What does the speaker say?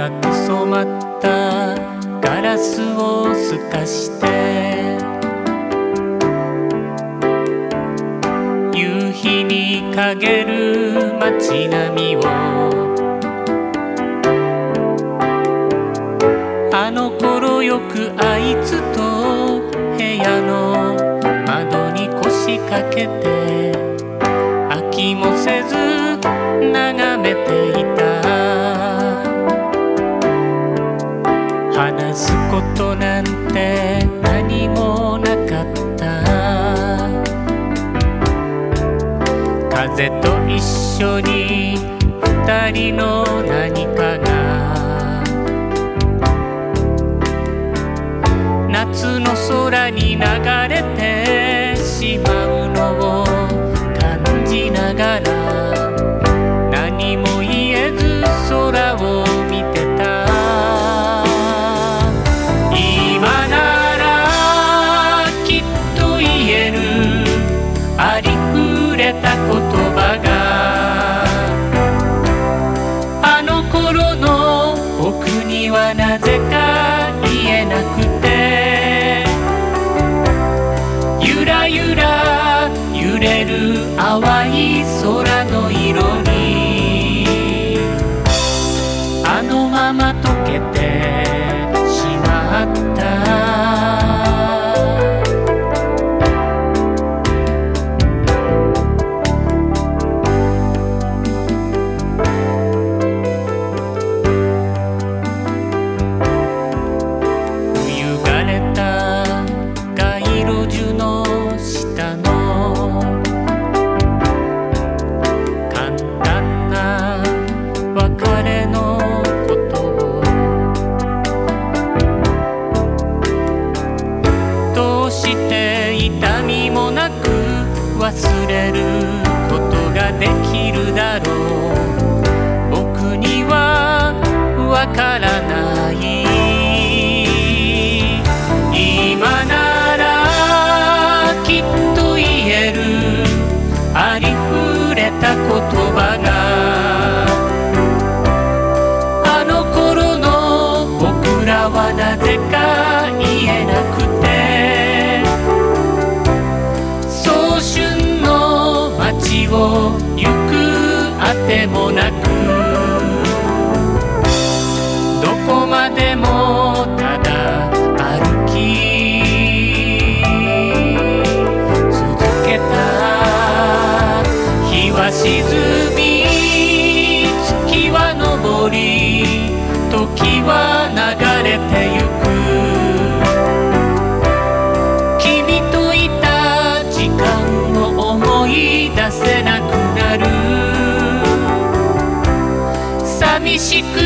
赤く染まったガラスを透かして夕日に陰る街並みをあの頃よくあいつと部屋の窓に腰掛けて飽きもせず眺めていた。話すことなんて何もなかった。風と一緒に二人の何かが夏の空に流れてしまうのを感じながら何も言えず空を見てた。今ならきっと言えるありふれた言葉があの頃の僕にはなぜか言えなくてゆらゆら揺れる淡い空の色にあのまま溶けてしまった。冬がれた街路樹の下の簡単な別れのことをどうして痛みもなく忘れることができるだろう。僕にはわからない。今ならきっと言えるありふれた言葉があの頃の僕らはなぜか言えなくて早春の街を行くあてもなくどこまでもただ歩き続けた。日は沈み月は昇り時は流れてゆく。君といた時間を思い出せなくなる。寂しく